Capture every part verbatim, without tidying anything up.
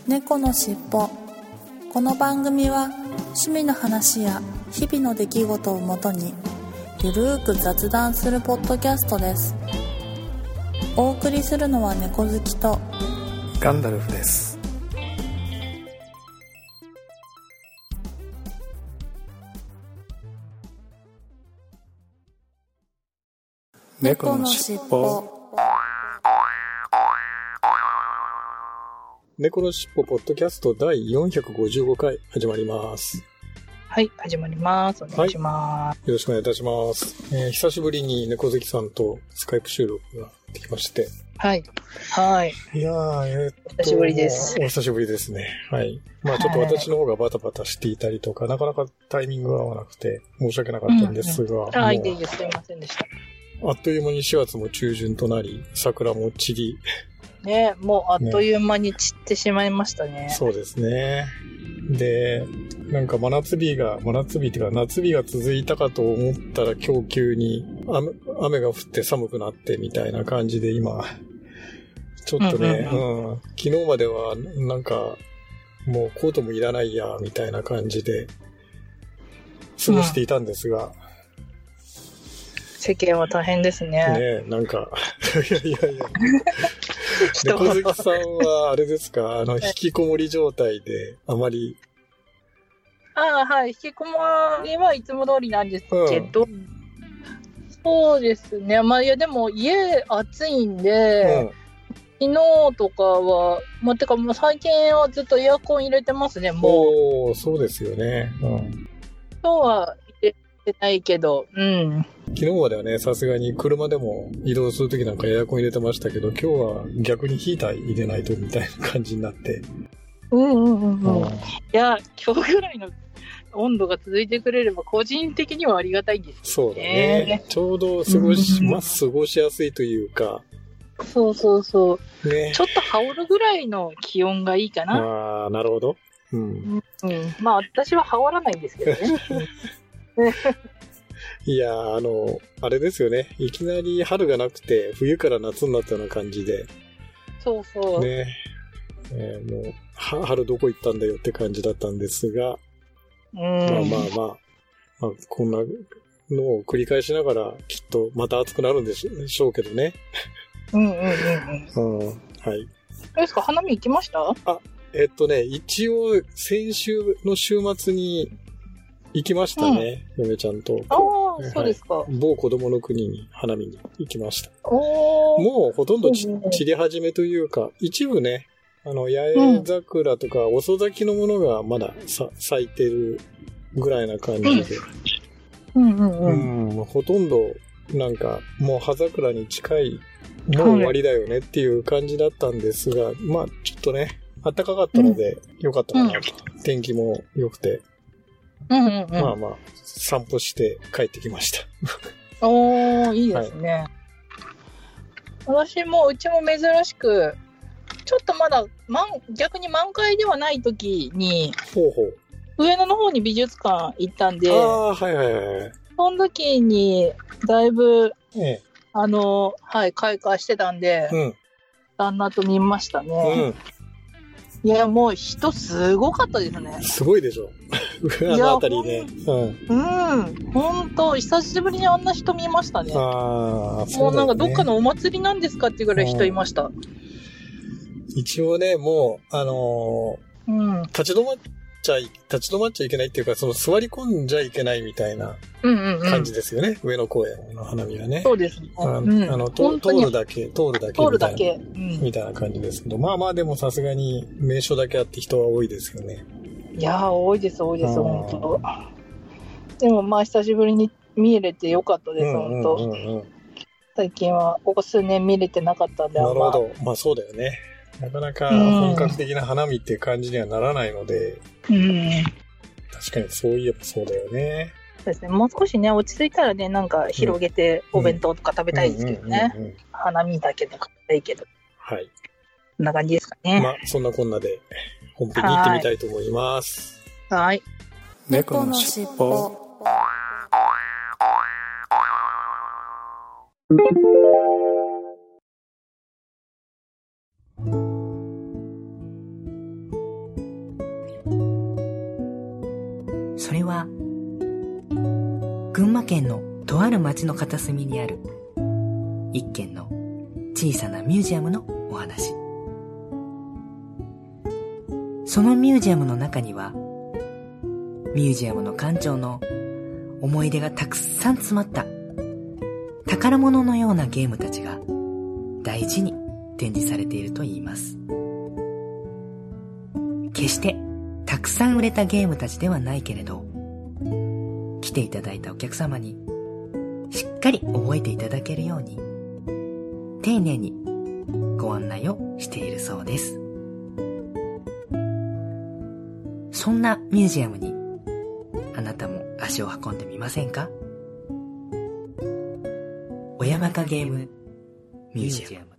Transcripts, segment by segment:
猫のしっぽ。この番組は趣味の話や日々の出来事をもとにゆるーく雑談するポッドキャストです。お送りするのは猫好きとガンダルフです。猫のしっぽ。猫のしっぽポッドキャストだいよんひゃくごじゅうごかい始まります。 はい、始まります。お願いします。 はい、よろしくお願いいたします。えー、久しぶりに猫好きさんとスカイプ収録ができまして。 はい。はい。 いやー、えー、っと。 お久しぶりです。 お久しぶりですね。はい。まあちょっと私の方がバタバタしていたりとか、はい、なかなかタイミングが合わなくて申し訳なかったんですが。うんうん、 はい、いいです。すいませんでした。 あっという間にしがつも中旬となり、桜も散り。 ね、もうあっという間に散ってしまいましたね。ね、 そうですね。で、なんか真夏日が、真夏日っていうか夏日が続いたかと思ったら今日急に 雨, 雨が降って寒くなってみたいな感じで今、ちょっとね、うんうんうんうん、昨日まではなんかもうコートもいらないやみたいな感じで過ごしていたんですが、うん、 世間は大変ですね。 ねえ、なんか、いやいやいや。猫好きさんは、あれですか、あの、引きこもり状態で、あまり。 ああ、はい、引きこもりはいつも通りなんですけど、うん、そうですね。まあ、いや、でも、家暑いんで、うん、昨日とかは、まあ、てか、もう最近はずっとエアコン入れてますね、もう。 お、そうですよね。うん。 今日は入れてないけど、うん。 昨日まではね、さすがに車でも移動するときなんかエアコン入れてましたけど、今日は逆にヒーター入れないとみたいな感じになって。 うんうんうんうん。うん、いや、今日ぐらいの温度が続いてくれれば個人的にはありがたいんですけどね。 そうだね。ちょうど過ごし、まあ、過ごしやすいというか。 そうそうそう。 ね、ちょっと羽織るぐらいの気温がいいかな。 ああ、なるほど。うん。うん、 まあ私は羽織らないんですけどね。 いやー、あの、あれですよね。いきなり春がなくて、冬から夏になったような感じで。 そうそう。 ね。えー、もう、春どこ行ったんだよって感じだったんですが。 うん。 まあまあまあ、まあ、こんなのを繰り返しながら、きっとまた暑くなるんでしょうけどね。 うんうんうんうん。 うん。はい。 あれですか、花見行きました？ あ、えっとね、一応、先週の週末に、行きましたね、うん、嫁ちゃんと。 ああ、はい、そうですか。 某子供の国に花見に行きました。 おもうほとんどち散り始めというか、一部ね、あの、八重桜とか遅咲きのものがまださ咲いてるぐらいな感じで。 うんうんうん。 うん、ほとんど、なんか、もう葉桜に近い、もう終わりだよねっていう感じだったんですが、はい、まあ、ちょっとね、暖かかったので、良かったかなと、うん。天気も良くて。 うんうんうん、 まあまあ、散歩して帰ってきました。 おー、いいですね。はい、私も、うちも珍しく、ちょっとまだ、満逆に満開ではない時に、 ほうほう上野の方に美術館行ったんで、 ああ、はいはいはい。 その時に、だいぶ、 ええ、 あの、はい、開花してたんで、 うん、 旦那と見ましたね。 うんいや、もう人すごかったですね。 すごいでしょ。あのあたりね。うん。 うん。ほんと、久しぶりにあんな人見ましたね。 ああ、そうだよね。 もうなんかどっかのお祭りなんですかっていうぐらい人いました。 一応ね、もう、あのー、うん。 立ち止まっちゃい、立ち止まっちゃいけないっていうか、その座り込んじゃいけないみたいな感じですよね。うんうんうん、上野公園の花見はね。 そうですね。 あの、うん、あの通るだけ、通るだけ。 通るだけ。 うん、みたいな感じですけど。まあまあでもさすがに名所だけあって人は多いですよね。 いやー、多いです、多いです、本当。でもまあ久しぶりに見れてよかったです、本当、うんうんうん。最近はここ数年見れてなかったんで。 なるほど。まあそうだよね。なかなか本格的な花見っていう感じにはならないので。 うん。 確かにそういえばそうだよね。 そうですね。もう少しね、落ち着いたらね、なんか広げてお弁当とか食べたいですけどね。花見だけとかいいけど。 はい。 こんな感じですかね。 まあ、そんなこんなで本編に行ってみたいと思います。 はい。 猫のしっぽ。 それは群馬県のとある町の片隅にある一軒の小さなミュージアムのお話。そのミュージアムの中にはミュージアムの館長の思い出がたくさん詰まった宝物のようなゲームたちが大事に展示されているといいます。決してたくさん売れたゲームたちではないけれど、来ていただいたお客様にしっかり覚えていただけるように丁寧にご案内をしているそうです。そんなミュージアムにあなたも足を運んでみませんか？親バカゲームミュージアム。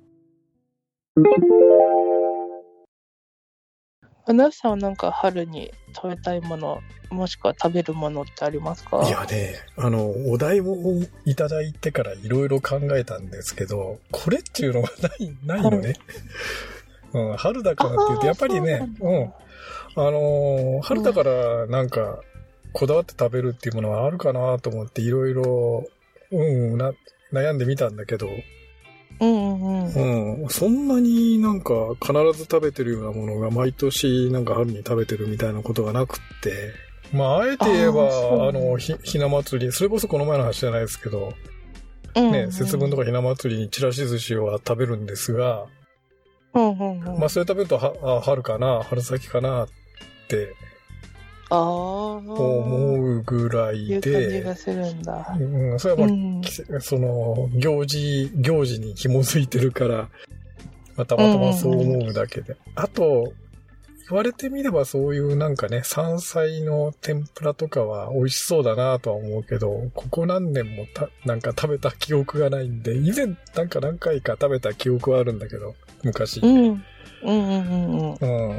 あなたさんはなんか春に食べたいもの、もしくは食べるものってありますか？ いやね、あの、お題をいただいてからいろいろ考えたんですけど、これっていうのがない、ないのね。うん、春だからって言うと、やっぱりね、うん。あのー、春だからなんか、こだわって食べるっていうものはあるかなと思っていろいろ、うん、な、悩んでみたんだけど、 うんうんうん。 うん。そんなになんか必ず食べてるようなものが毎年なんか春に食べてるみたいなことがなくって、まあ、あえて言えば、あ, あの、ひ、ひな祭り、それこそこの前の話じゃないですけど、うんうん、ね、節分とかひな祭りにちらし寿司は食べるんですが、 うんうんうん、 まあ、それ食べるとは、あ、春かな、春先かなって、 あ思うぐらいで、 いう感じがするんだ。 うん、それはまあ、うん、その、行事、行事に紐づいてるから、まあ、たまたまそう思うだけで。うんうんうん、あと、言われてみればそういうなんかね、山菜の天ぷらとかは美味しそうだなとは思うけど、ここ何年もた、なんか食べた記憶がないんで、以前なんか何回か食べた記憶はあるんだけど、昔。うん。うんうんうんうん。うん。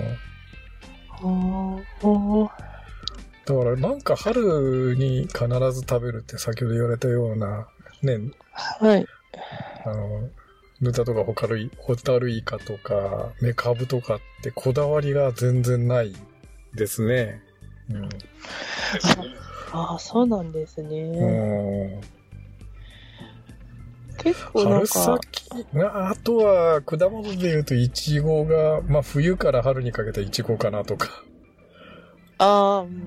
おー。 だからなんか春に必ず食べるって先ほど言われたような、ね。 はい。 あの、ヌタとかホタルイ、ホタルイカとか、メカブとかってこだわりが全然ないですね。うん、 ああ、そうなんですね。 うん、 結構なんか。 春先、あとは果物で言うとイチゴが、まあ冬から春にかけたイチゴかなとか。 ああ、うん。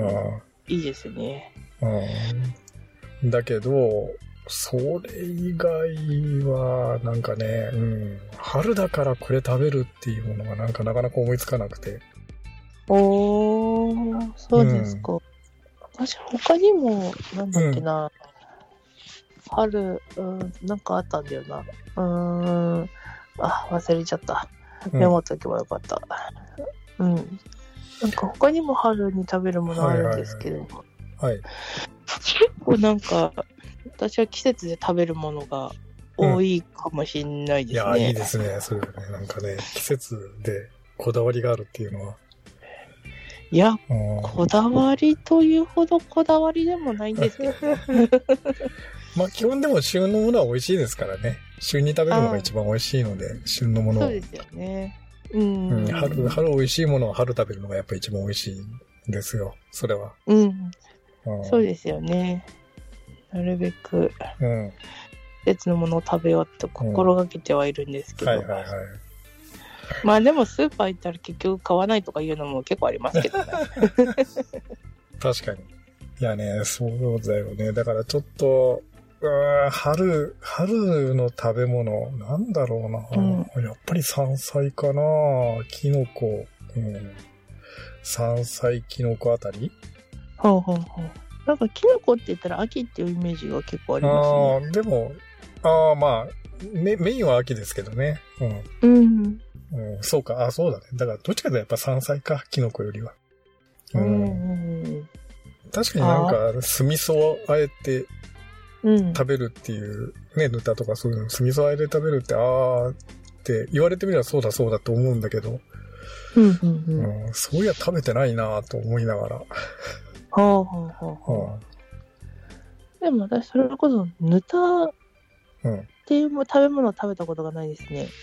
あいいですね。 うん。だけど、それ以外は、なんかね、うん、春だからこれ食べるっていうものがなんかなかなか思いつかなくて。 おー、そうですか。うん、私他にも、なんだっけな、うん、春、うん、なんかあったんだよな。うーん、あ、忘れちゃった。メモっとけばよかった。うん。うん、なんか他にも春に食べるものあるんですけど、はいはいはい、 結構なんか、私は季節で食べるものが多いかもしれないですね。 うん、いや、いいですね。それね。なんかね、季節でこだわりがあるっていうのは。 いや、こだわりというほどこだわりでもないんですけど。 まあ基本でも旬のものは美味しいですからね。旬に食べるのが一番美味しいので、旬のものを。 そうですよね。うん、 うん。春、春美味しいものは春食べるのがやっぱ一番美味しいんですよ。それは。 うん。うん、そうですよね。なるべく、うん、別のものを食べようと心がけてはいるんですけど、うん、はいはいはい。まあでもスーパー行ったら結局買わないとかいうのも結構ありますけどね。 確かに。いやね、そうだよね。だからちょっと、うー春、春の食べ物、なんだろうな。うん、やっぱり山菜かな。キノコ、うん、山菜、キノコあたり？ ほうほうほう。なんかキノコって言ったら秋っていうイメージが結構ありますね。 ああ、でも、ああ、まあメ、メインは秋ですけどね。 うん。うん。 うん、そうか、あそうだね。だからどっちかというとやっぱ山菜か、キノコよりは。うん。うん、確かになんか、酢味噌をあえて食べるっていう、ね、ぬたとかそういうの、酢味噌あえて食べるって、ああって言われてみればそうだそうだと思うんだけど、 うんうんうんうん、そういや食べてないなと思いながら。 はあはあはあはあ、でも私それこそぬたっていう食べ物を食べたことがないですね。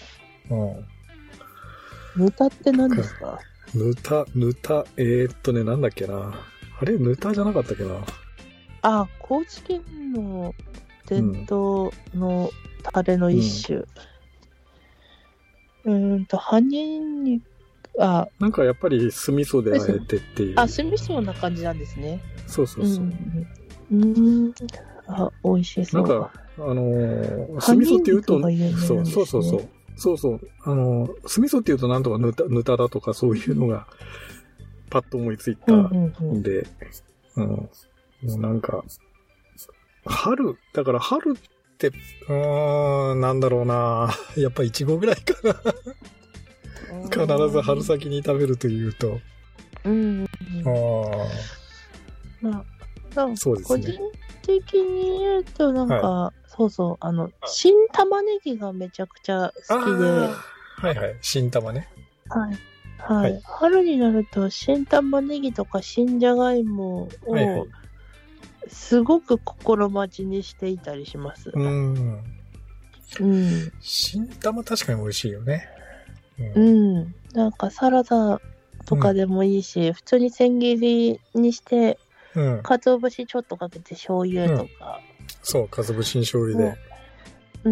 うん。ぬたって何ですか？ ぬた、ぬた、えー、っとね、なんだっけな。 あれヌタじゃなかったっけな。 あ、高知県の伝統のタレの一種。うん、ーんと、葉ニンニク、あ、 なんかやっぱり酢味噌であえてっていう。 あ、酢味噌な感じなんですね。 そうそうそう。 うん。うん、あ、美味しそう。 なんか、あのー、酢味噌って言うと、そう、そうそうそう。そうそう。あのー、酢味噌って言うとなんとかぬた、ぬただとかそういうのが、パッと思いついたんで、うん、うんうん、もうなんか、春、だから春って、うーん、なんだろうな。やっぱイチゴぐらいかな。必ず春先に食べるというと。 うん。 ああ。まあ、そうですね。個人的に言うと、なんか、はい、そうそう、あの、新玉ねぎがめちゃくちゃ好きで。 はいはい、新玉ね。 はい。はい。はい、春になると、新玉ねぎとか新じゃがいもを、はいはい、すごく心待ちにしていたりします。 うん。 うん。 新玉確かに美味しいよね。 うん。うん、なんかサラダとかでもいいし、うん、普通に千切りにして、うん、鰹節ちょっとかけて醤油とか。うん、 そう、鰹節に醤油で。 うん。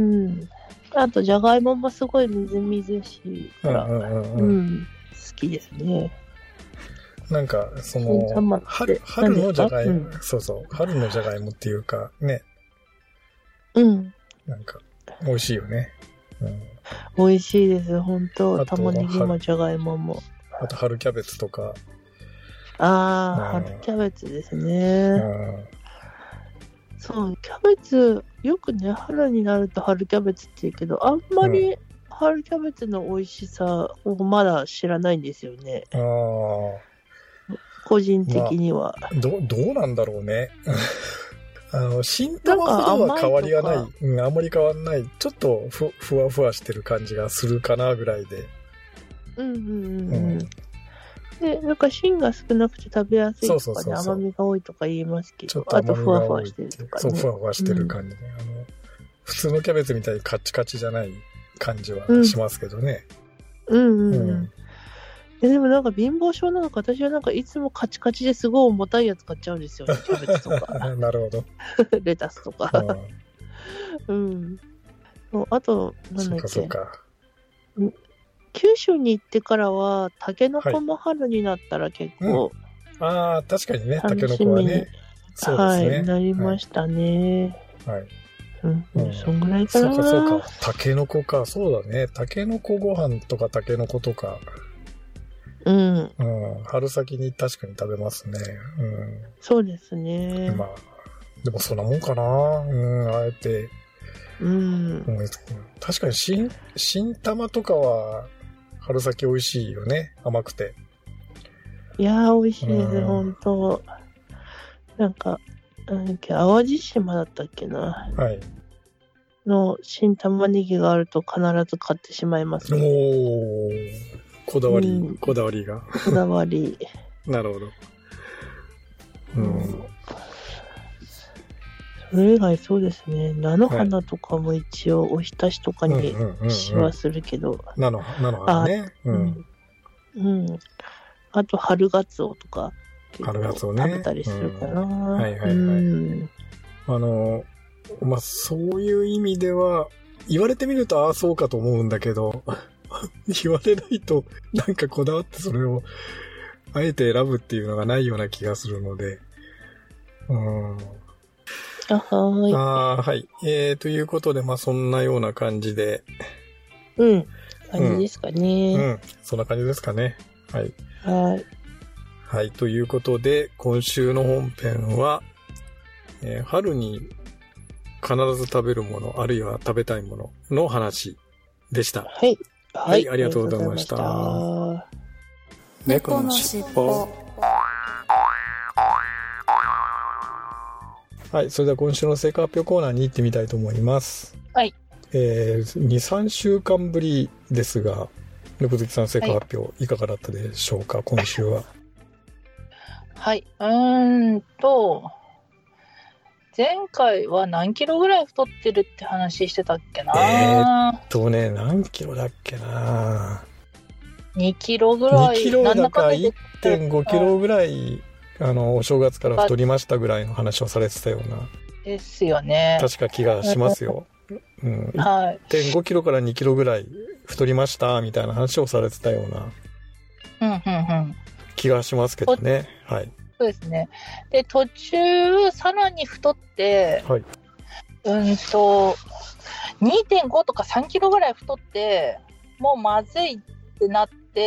あと、じゃがいももすごいみずみずしいから、うん、うんうん、好きですね。 なんか、その、春、春のじゃがいも、うん、そうそう、春のじゃがいもっていうか、ね。 うん。 なんか、美味しいよね。うん、 美味しいです、本当玉ねぎもじゃがいもも。 あと、春キャベツとか。 ああ、うん、春キャベツですね。うん、そう、キャベツ、よくね、春になると春キャベツって言うけど、あんまり春キャベツの美味しさをまだ知らないんですよね。 ああ。 個人的には。 まあ、ど、どうなんだろうね。あの、新玉ほどは変わりがない。うん、あんまり変わんない。ちょっとふ、ふわふわしてる感じがするかなぐらいで。 うんうんうん。うんで、なんか芯が少なくて食べやすいとかね、そうそうそうそう、甘みが多いとか言いますけど、ちょっとあとふわふわしてるとかね。 そう、ふわふわしてる感じね、うん。あの、普通のキャベツみたいにカチカチじゃない感じはしますけどね。 うん、うん、うん。うんで, でもなんか貧乏症なのか、私はなんかいつもカチカチですごい重たいやつ買っちゃうんですよね、キャベツとか。 なるほど。 レタスとか。うん。あと、なんだっけ。そうか、そうか。九州に行ってからは、タケノコも春になったら結構、 はい、うん、ああ、確かにね、タケノコはね。 そうですね。はい、なりましたね。 はい。 うん、うん、そんぐらいかな。 そうか、そうか。タケノコか、そうだね。タケノコご飯とかタケノコとか。 うん。 うん。春先に確かに食べますね。うん。 そうですね。 まあ、でもそんなもんかな。うん、あえて。 うん。うん、 確かに新、新玉とかは、春先美味しいよね。甘くて。 いやー、美味しいです、うん、ほんと。なんか、なんだっけ、淡路島だったっけな。 はい。 の新玉ねぎがあると必ず買ってしまいますね。 おー。こだわり、うん、こだわりが。 こだわり。 なるほど。うん。 それ以外そうですね。菜の花とかも一応おひたしとかにしはするけど。 菜の花ね。 うん。うん。あと春ガツオとか春ガツオね。 食べたりするかな。うん、 はいはいはい。うん、あの、まあ、そういう意味では、言われてみるとああそうかと思うんだけど、言われないとなんかこだわってそれをあえて選ぶっていうのがないような気がするので。うん。 あはい。 あはい。えー、ということで、まあ、そんなような感じで。 うん。感じですかね。 うん。うん、そんな感じですかね。はい。 はい。 はい。ということで、今週の本編は、えー、春に必ず食べるもの、あるいは食べたいものの話でした。 はい。 はい。はい、ありがとうございました。 猫のしっぽ。 はい。それでは今週の成果発表コーナーに行ってみたいと思います。 はい。 えー、に、さんしゅうかんぶりですが、猫好きさん成果発表、はい、いかがだったでしょうか、今週は。 はい。うーんと、前回は何キロぐらい太ってるって話してたっけな。 えー、っとね、何キロだっけな。 にキロぐらい。 にキロだからいってんごキロぐらいあのお正月から太りましたぐらいの話をされてたようなですよね。 確か気がしますよ、うん、 はい、 いってんごキロからにキロぐらい太りましたみたいな話をされてたようなうんうんうん気がしますけどね。はい。 そうですね。で途中さらに太って、 はい、 うんと にてんご とかさんキロぐらい太ってもうまずいってなって、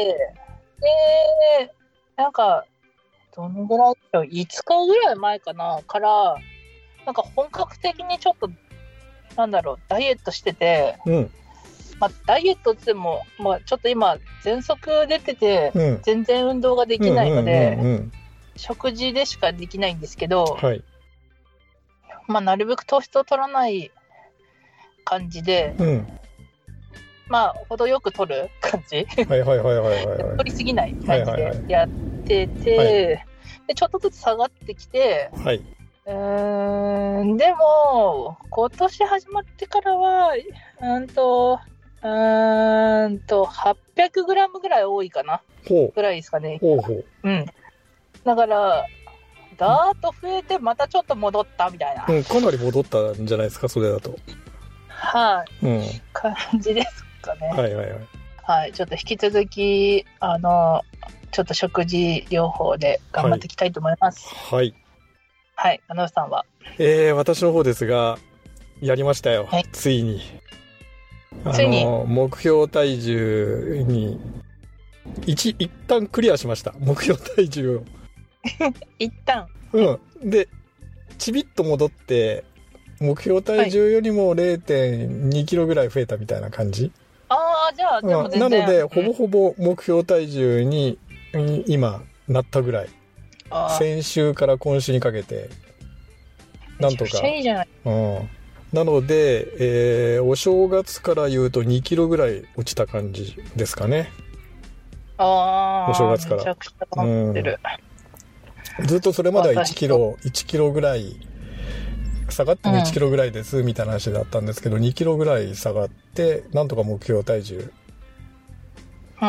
でなんかどのぐらいだろう、いつかぐらい前かなからなんか本格的にちょっとなんだろうダイエットしてて、 うんまあ、ダイエットっても、まあ、ちょっと今喘息出てて、 うん、 全然運動ができないので、 うんうんうんうん、 食事でしかできないんですけど、 はい、 まあ、なるべく糖質を取らない感じで、 うん、 まあ程よく取る感じはいはいはいはいはい、 取りすぎない感じでやってて、 はい、 でちょっとずつ下がってきて、 はい、 うーんでも今年始まってからはうんとうーんと はっぴゃくグラム ぐらい多いかなぐらいですかね。 ほうほう、 うん、だからガーッと増えてまたちょっと戻ったみたいな、 うん、かなり戻ったんじゃないですかそれだと。 はい、 うん、 感じですかね。 はいはいはい、 はい、ちょっと引き続きあのちょっと食事療法で頑張っていきたいと思います。 はいはい、あのさんは。 えー、私の方ですがやりましたよ、 はい、 ついについに目標体重に一一旦クリアしました。目標体重を一旦うんでちびっと戻って目標体重よりも れいてんにキロぐらい増えたみたいな感じ、 はい、ああじゃあでも全然、 うん、なのでほぼほぼ目標体重に今なったぐらい、先週から今週にかけてなんとか、 めちゃくちゃいいじゃない、 うん、なので、えー、お正月から言うとにキロぐらい落ちた感じですかね。 ああお正月からめちゃくちゃ頑張ってる、 うん、ずっとそれまではいちキロいちキロぐらい下がってもいちキロぐらいですみたいな話だったんですけど、うん、にキロぐらい下がってなんとか目標体重、うん、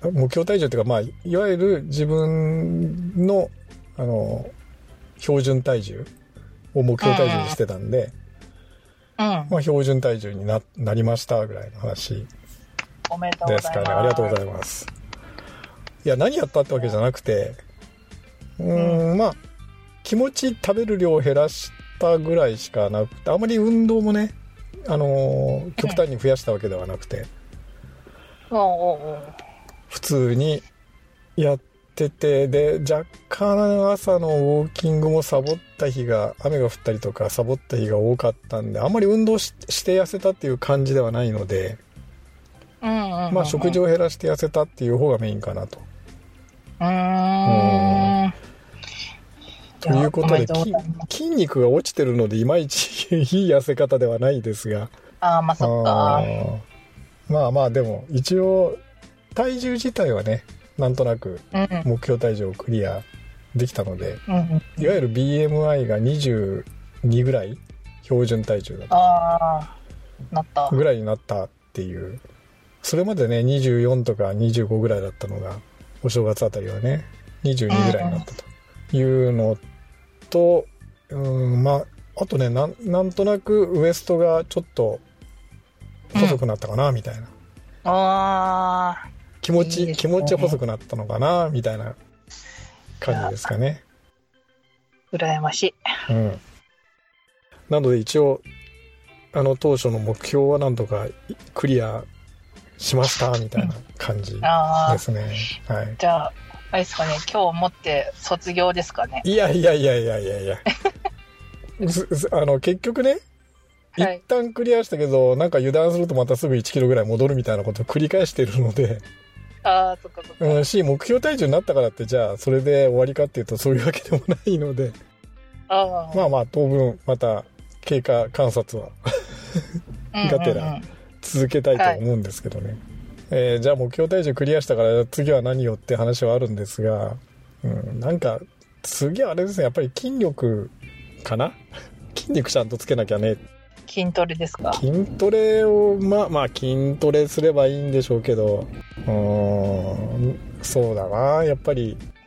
目標体重っていうか、まあ、いわゆる自分の、あの標準体重を目標体重にしてたんで、うんまあ、標準体重に な, なりましたぐらいの話おめでとうございます。 ですかね。ありがとうございます。いや何やったってわけじゃなくてうーん、うん、まあ気持ち食べる量を減らしたぐらいしかなくて、あまり運動もね、あのー、極端に増やしたわけではなくて、 うん、 普通にやってて、で若干朝のウォーキングもサボった日が、雨が降ったりとかサボった日が多かったんで、あんまり運動 し, して痩せたっていう感じではないので、うんうんうんうん、まあ食事を減らして痩せたっていう方がメインかなと。うーんということで筋肉が落ちてるのでいまいちいい痩せ方ではないですが、 ああまあそっか、 まあまあでも一応体重自体はねなんとなく目標体重をクリアできたので、うんうん、いわゆる ビーエムアイ がにじゅうにぐらい標準体重だあなったぐらいになったっていう。それまでねにじゅうよんとかにじゅうごぐらいだったのがお正月あたりはねにじゅうにぐらいになったというのと、うんまああとね な, なんとなくウエストがちょっと細くなったかなみたいな、うん、 あ気持ちいいですね、気持ち細くなったのかなみたいな感じですかね。 羨ましい、うん、 なので一応あの当初の目標はなんとかクリアしましたみたいな感じですね。はい、 じゃああれですかね、今日もって卒業ですかね。 いやいやいやいやいやいやあの結局ね、はい、一旦クリアしたけどなんか油断するとまたすぐいちキロぐらい戻るみたいなことを繰り返してるので、 あそっかそっか、 うん、し目標体重になったからってじゃあそれで終わりかっていうとそういうわけでもないので、あまあまあ当分また経過観察はがてら続けたいと思うんですけどね、はいえー、じゃあ目標体重クリアしたから次は何よって話はあるんですが、うん、なんか次はあれですね、やっぱり筋力かな筋肉ちゃんとつけなきゃね。 筋トレですか。 筋トレをまあまあ筋トレすればいいんでしょうけど、うーんそうだなやっぱり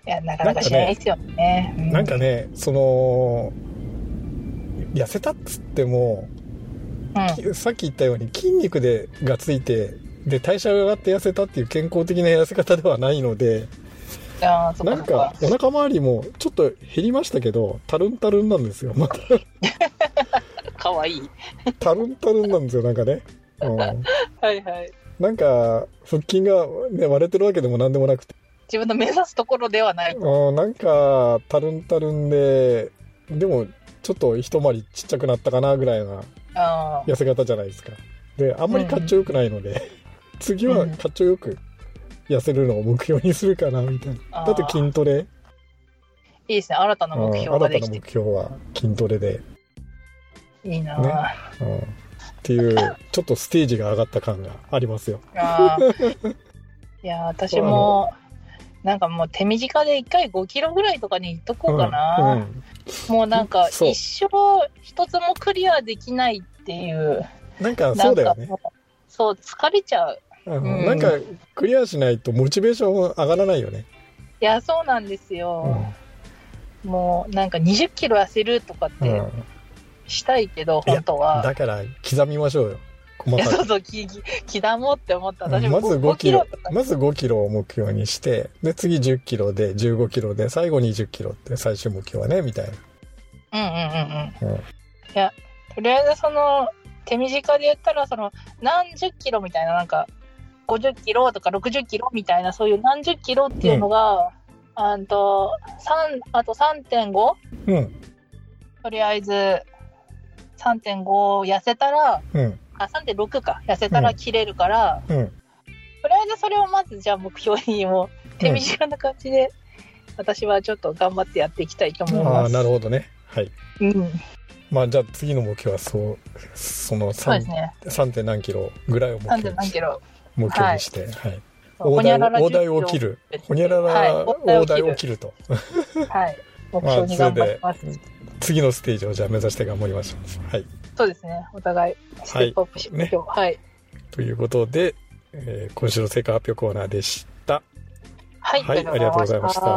いや、なかなかしないですよね。 なんかね、うん、その、痩せたっつっても、うん、さっき言ったように筋肉でがついて、で、代謝が上がって痩せたっていう健康的な痩せ方ではないので、 あそなんかお腹周りもちょっと減りましたけど、タルンタルンなんですよ、また。 かわいい。 タルンタルンなんですよ、なんかね。うん、はいはい。 なんか、腹筋が、ね、割れてるわけでもなんでもなくて。 自分の目指すところではない。 うん、なんか、タルンタルンで、でも、ちょっと一回りちっちゃくなったかなぐらいな痩せ方じゃないですか。で、あんまりかっちょよくないので、うん、次はかっちょよく痩せるのを目標にするかな、みたいな。だって筋トレ。 いいですね、新たな目標ができて。 新たな目標は筋トレで。 いいなぁ、ねうん。っていう、ちょっとステージが上がった感がありますよ。 あいや、私も、なんかもう手短でいっかいごキロぐらいとかにいっとこうかな。うんうん、もうなんか一生一つもクリアできないっていう。 なんかそうだよね。 そう、疲れちゃう。 うん、なんかクリアしないとモチベーション上がらないよね。 いや、そうなんですよ。うん、もうなんかにじゅっキロ痩せるとかって、うんしたいけど本当はだから刻みましょうよ。 細かく。いやそうそうき刻もうって思った私もまずごキロまずごキロを目標にして、で次じゅっキロでじゅうごキロで最後にじゅっキロって最終目標はねみたいな。 うんうんうんうん。うん、いやとりあえずその手短で言ったらその何十キロみたいななんかごじゅっキロとかろくじゅっキロみたいなそういう何十キロっていうのが、うん、あと3あと さんてんご？ うん。とりあえずさんてんご 痩せたら、うん、あ さんてんろく か痩せたら切れるから、うんうん、とりあえずそれをまずじゃあ目標にも手短な感じで、うん、私はちょっと頑張ってやっていきたいと思います。 ああなるほどね。はい。 うん。 まあじゃあ次の目標はそうその さん. ね、さん. 何キロぐらいを目標にして目標にして、はい。はい、大台を大台を切るほにゃらら、はい、大台を切ると。 はい。目標に頑張ります。 まあ次のステージをじゃあ目指して頑張りましょう。はい。 そうですね。お互いステップアップしましょう。はい。ね、 はい、ということで、えー、今週の成果発表コーナーでした。 はい。 はい、ありがとうございました。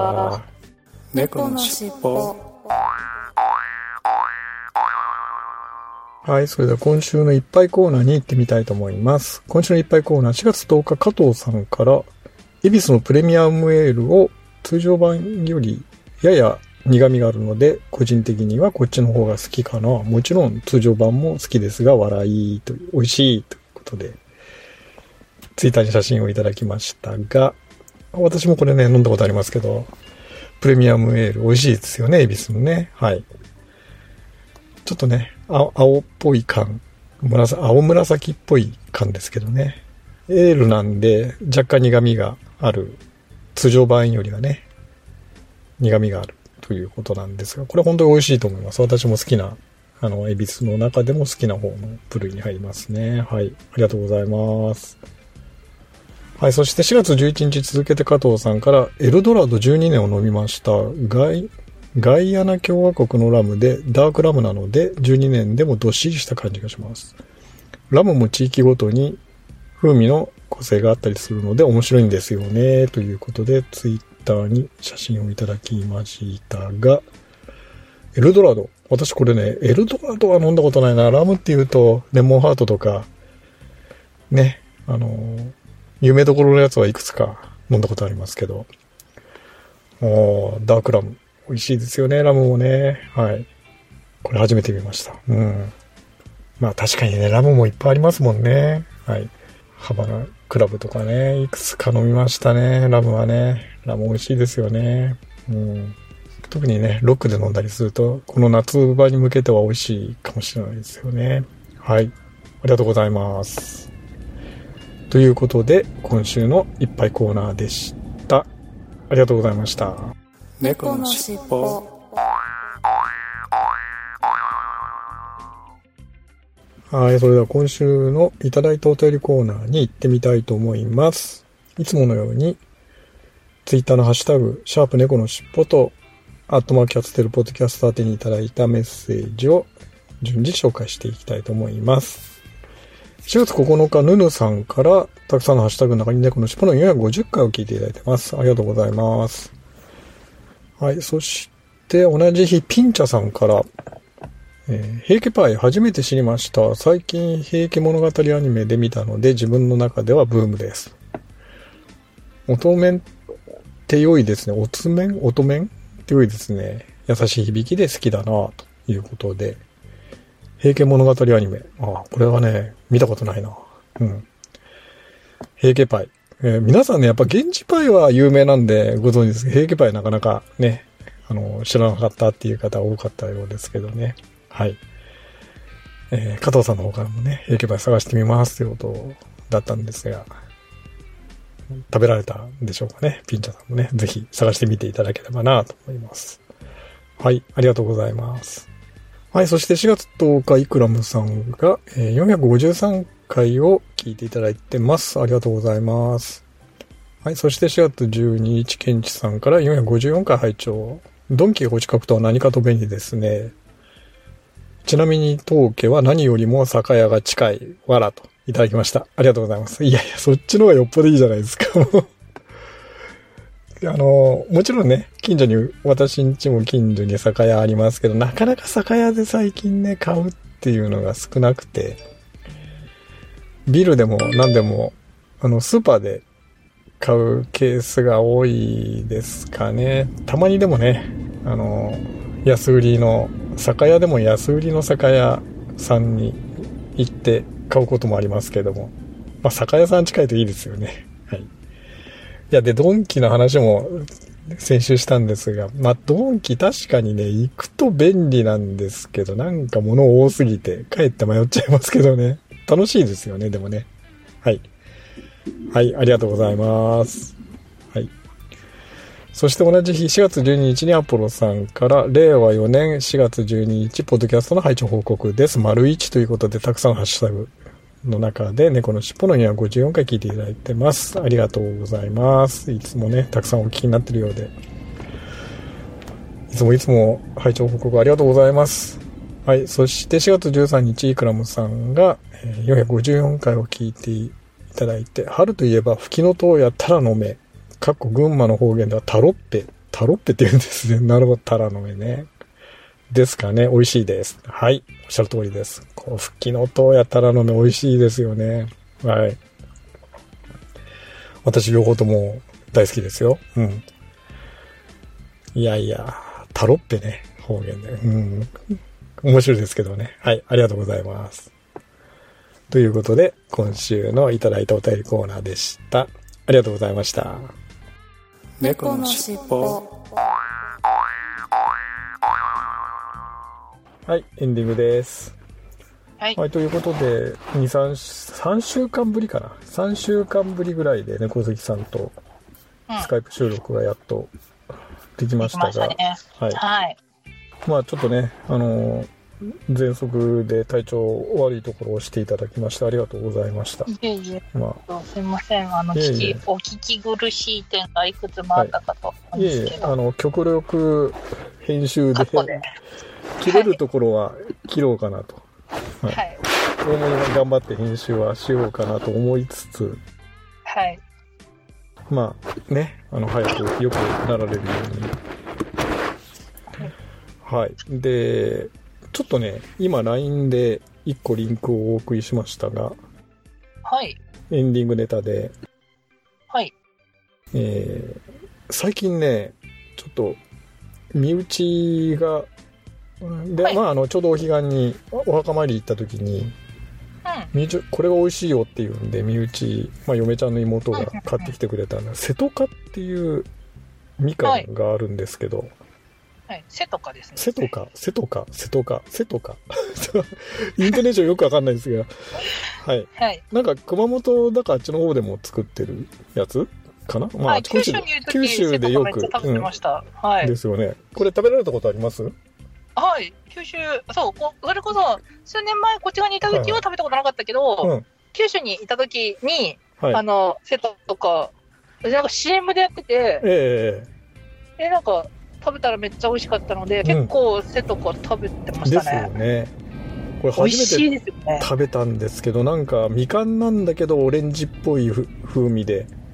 猫のしっぽ。 はい、それでは今週のいっぱいコーナーに行ってみたいと思います。今週のいっぱいコーナーしがつとおか加藤さんから、恵比寿のプレミアムエールを通常版よりやや苦味があるので、個人的にはこっちの方が好きかな。もちろん通常版も好きですが、笑いという、美味しいということで、ツイッターに写真をいただきましたが、私もこれね、飲んだことありますけど、プレミアムエール美味しいですよね、恵比寿のね。はい。ちょっとね、青, 青っぽい感、紫、青紫っぽい感ですけどね。エールなんで若干苦味がある。通常版よりはね、苦味がある。ということなんですが、これ本当に美味しいと思います。私も好きな、あの、恵比寿の中でも好きな方の部類に入りますね。はい。ありがとうございます。はい。そしてしがつじゅういちにち続けて加藤さんから、エルドラドじゅうにねんを飲みました。ガイ、ガイアナ共和国のラムで、ダークラムなので、じゅうにねんでもどっしりした感じがします。ラムも地域ごとに風味の個性があったりするので面白いんですよね。ということで、ツイッターに写真をいただきましたが、エルドラド。私これね、エルドラドは飲んだことないな。ラムって言うと、レモンハートとか、ね、あの、有名どころのやつはいくつか飲んだことありますけど、おダークラム。美味しいですよね、ラムもね。はい。これ初めて見ました。うん。まあ確かにね、ラムもいっぱいありますもんね。はい。ハバナクラブとかね、いくつか飲みましたね、ラムはね。ラム美味しいですよね。うん。特にね、ロックで飲んだりすると、この夏場に向けては美味しいかもしれないですよね。はい。ありがとうございます。ということで、今週のいっぱいコーナーでした。ありがとうございました。 猫のしっぽ。 はい、それでは今週のいただいたお便りコーナーに行ってみたいと思います。いつものように、ツイッターのハッシュタグ、シャープ猫のしっぽと、アットマーキャツテルポッドキャスト宛てにいただいたメッセージを順次紹介していきたいと思います。しがつここのか、ぬぬさんから、たくさんのハッシュタグの中に猫のしっぽのよんひゃくごじゅっかいを聞いていただいてます。ありがとうございます。 はい。そして同じ日、ピンチャさんから、えー、平家パイ初めて知りました。最近平家物語アニメで見たので自分の中ではブームです。音面って良いですね。音面音面って良いですね。優しい響きで好きだなということで。平家物語アニメ。ああ、これはね、見たことないな。うん。平家パイ。えー、皆さんね、やっぱ源氏パイは有名なんでご存知ですけど、平家パイなかなかね、あの、知らなかったっていう方多かったようですけどね。はい。えー、加藤さんの方からもね、平家パイ探してみますということだったんですが、食べられたんでしょうかね。ピンチャさんもね、ぜひ探してみていただければなと思います。はい、ありがとうございます。はい、そしてしがつとおか、イクラムさんが、えー、よんひゃくごじゅうさんかいを聞いていただいてます。ありがとうございます。はい、そしてしがつじゅうににち、ケンチさんからよんひゃくごじゅうよんかい拝聴。ドンキがお近くとは何かと便利ですね。ちなみに当家は何よりも酒屋が近い。わらといただきました。ありがとうございます。いやいや、そっちの方がよっぽどいいじゃないですか。あの、もちろんね、近所に、私ん家も近所に酒屋ありますけど、なかなか酒屋で最近ね、買うっていうのが少なくて、ビルでも何でも、あの、スーパーで買うケースが多いですかね。たまにでもね、あの、安売りの、酒屋でも安売りの酒屋さんに行って買うこともありますけども、まあ、酒屋さん近いといいですよね。はい。いや、で、ドンキの話も先週したんですが、まあ、ドンキ確かにね、行くと便利なんですけど、なんか物多すぎて、かえって迷っちゃいますけどね。楽しいですよね、でもね。はい。はい、ありがとうございます。はい。そして同じ日、しがつじゅうににちにアポロさんから、れいわよねんしがつじゅうににち、ポッドキャストの拝聴報告です。丸いちということで、たくさんハッシュタグの中で、猫のしっぽのにひゃくごじゅうよんかい聞いていただいてます。ありがとうございます。いつもね、たくさんお聞きになってるようで。いつもいつも拝聴報告ありがとうございます。はい。そしてしがつじゅうさんにち、イクラムさんがよんひゃくごじゅうよんかいを聞いていただいて、春といえば、吹きの塔やタラの芽。かっこ群馬の方言ではタロッペ。タロッペって言うんですね。なるほど、タラの芽ね。ですかね。美味しいです。はい。おっしゃる通りです。こう、吹きの塔やタラの芽美味しいですよね。はい。私両方とも大好きですよ。うん。いやいや、タロッペね。方言で。うん。面白いですけどね。はい。ありがとうございます。ということで、今週のいただいたお便りコーナーでした。ありがとうございました。 猫のしっぽ。 はい、エンディングです。 はい。 はい、ということで、に、さん、さんしゅうかんぶりかな。さんしゅうかんぶりぐらいで猫好きさんとスカイプ収録がやっとできましたが、 できましたね。 はい。 はい。まあちょっとね、あのー、喘息で体調悪いところをしていただきましてありがとうございました。 いえいえ、 まあ、すいません。あの、聞き、お聞き苦しい点がいくつもあったかと思うんですけど。 はい、いえいえ、あの、極力編集で、切れるところは切ろうかなと。はい。はい、大物が頑張って編集はしようかなと思いつつ、 はい。 まあ、ね、あの、早く良くなられるように。はい。で、ちょっとね、今 ライン でいっこリンクをお送りしましたが、 はい。 エンディングネタで、 はい。 えー、最近ね、ちょっと、身内が、で、はい、まあ、あの、ちょうどお彼岸にお墓参り行った時に、うん、身内、これが美味しいよっていうんで、身内、まあ、嫁ちゃんの妹が買ってきてくれたんだ、瀬戸かっていうみかんがあるんですけど、はいはい、瀬戸かですね。 瀬戸か、瀬戸か、瀬戸か、瀬戸か。イントネーションよくわかんないですが、はい。はい。なんか熊本だかあっちの方でも作ってるやつかな。まあ、 はい、あちこちで九州でよく食べてました、うん。はい。 ですよね。これ食べられたことあります？ はい。九州、そう、それこそ数年前こっち側にいた時は食べたことなかったけど、はいはい、九州にいた時に、はい、あの瀬戸とかなんか シーエム でやってて、えー、えなんか。食べたらめっちゃ美味しかったので、うん、結構瀬戸か食べてましたね。ですよね。 これ初めて食べたんですけど、なんかみかんなんだけどオレンジっぽい風味で、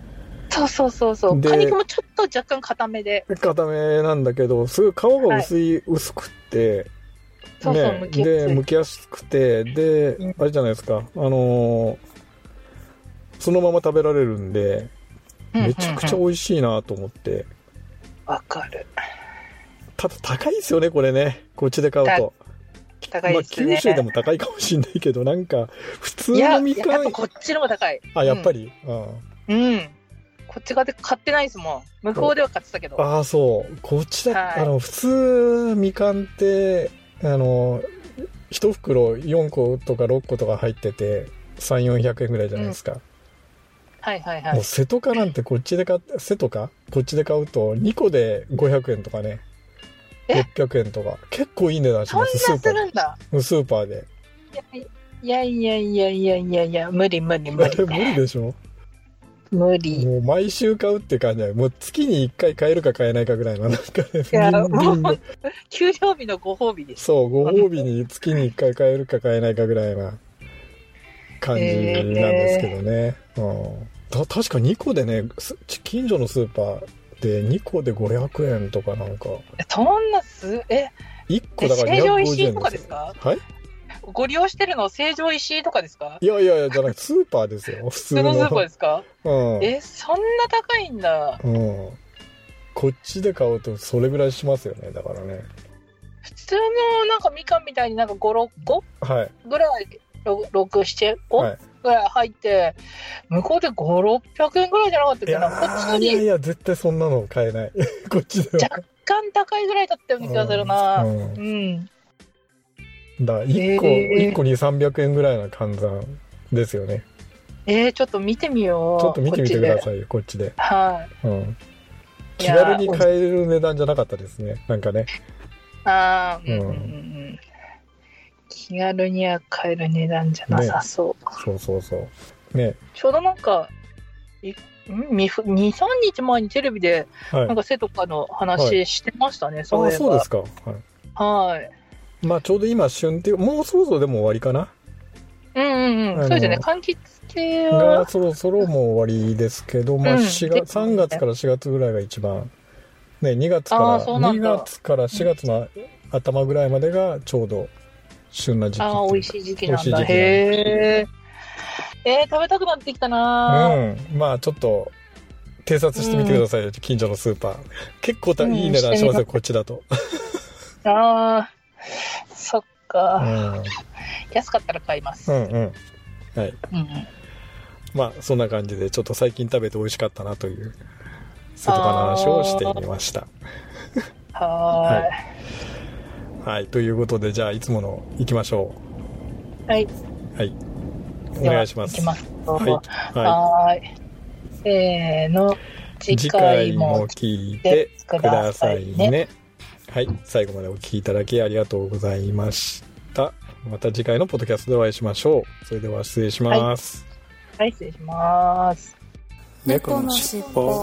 そうそうそうそう。果肉もちょっと若干固めで。 固めなんだけど、すごい皮が薄い、はい、薄くって、 そうそう、ね、 剥きやすい。で、剥きやすくて、で、うん、あれじゃないですか、あのー、そのまま食べられるんで、めちゃくちゃ美味しいなと思って。 わ、うんうんうん、かる。 ただ高いですよね、これね。こっちで買うと。 高いですね。 まあ、九州でも高いかもしれないけど、なんか、普通のみかん。 いや、やっぱこっちの方が高い。 あ、やっぱり、うん、 うん。うん。こっち側で買ってないですもん。向こうでは買ってたけど。 ああ、そう。こっちだ、はい、あの、普通、みかんって、あの、一袋よんことかろっことか入ってて、さんびゃく、よんひゃくえんぐらいじゃないですか。うん、 はいはいはい。 もう瀬戸かなんてこっちで買って、瀬戸かこっちで買うとにこでごひゃくえんとかね。ろっぴゃくえんとか。結構いい値段します。 そんなするんだ。 スーパーで。 いやいやいやいやいやいや、無理無理無理。 無理でしょ。 無理。 もう毎週買うって感じだよ。もう月にいっかい買えるか買えないかぐらいのなんかね。いや、 もう、給料日のご褒美です。 そう、ご褒美に月にいっかい買えるか買えないかぐらいな感じなんですけどね。えー、うん。た確かにこでね、近所のスーパーでにこでごひゃくえんとかなんか。 そんなす、え、 いっこだからにひゃくごじゅうえんですよ。成城石井とかですか？ はい。 ご利用してるの成城石井とかですか？ いやいやいや、じゃなくてスーパーですよ。普通の。 普通のスーパーですか？ うん。 え、そんな高いんだ。 うん。こっちで買うとそれぐらいしますよね、だからね。 普通のなんかみかんみたいになんかご、ろっこはい。 ぐらい、ろく、ななこ、はい、ぐらい入って、向こうでご、ろっぴゃくえんぐらいじゃなかったっけな。こっちに。 いやいや、絶対そんなの買えない。こっちでは。 若干高いぐらいだったような気がするな。うん。うん、 だいっこ、えー、いっこに、さんびゃくえんぐらいな換算ですよね。 えー、ちょっと見てみよう。 ちょっと見てみてくださいよ、こっちで。 はい、 うん。気軽に買える値段じゃなかったですね、なんかね。 ああ、うんうんうん。気軽には買える値段じゃなさそう。 ね、そうそうそう。ね。 ちょうどなんか、に、さんにちまえにテレビで、なんか瀬戸かの話してましたね、はい、そういえば。 あ、そうですか。はい。 はい。 まあちょうど今旬っていう、もうそろそろでも終わりかな。 うんうんうん。そうですね。柑橘系は。がそろそろもう終わりですけど、まあしがつ、うん、さんがつからしがつぐらいが一番、ね、にがつから、にがつからしがつの頭ぐらいまでがちょうど旬な時期。 ああ、美味しい時期なんだ。へえ。えー、食べたくなってきたな。 うん。まあちょっと、偵察してみてくださいよ、うん、近所のスーパー。結構いい値段しますよ、うん、こっちだと。 ああ。そっか、うん、安かったら買います。 うんうん。はい。うんうん、まあそんな感じでちょっと最近食べて美味しかったなという瀬戸かの話をしてみました。 は、 はい。はい。ということでじゃあいつもの行きましょう。はい。 はい。お願いします。 行きます。 はい。 はい。せーの。次回も聞いてくださいね。 はい。最後までお聞きいただきありがとうございました。また次回のポッドキャストでお会いしましょう。それでは失礼します。 はい、はい、失礼します。 猫のしっぽ。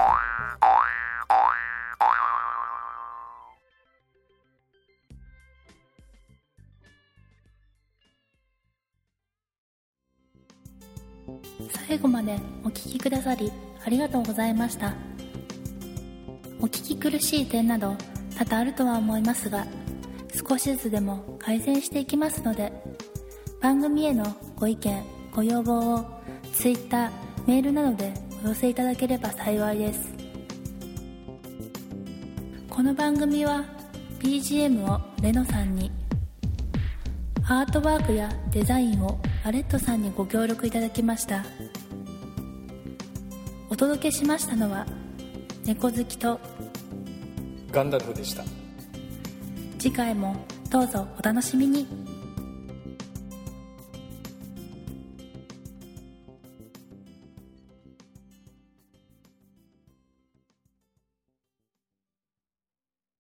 最後までお聞きくださりありがとうございました。お聞き苦しい点など多々あるとは思いますが、少しずつでも改善していきますので、番組へのご意見ご要望を Twitter、メールなどでお寄せいただければ幸いです。この番組は ビージーエム をレノさんに、アートワークやデザインをアレットさんにご協力いただきました。お届けしましたのは猫好きとガンダルフでした。 次回もどうぞお楽しみに。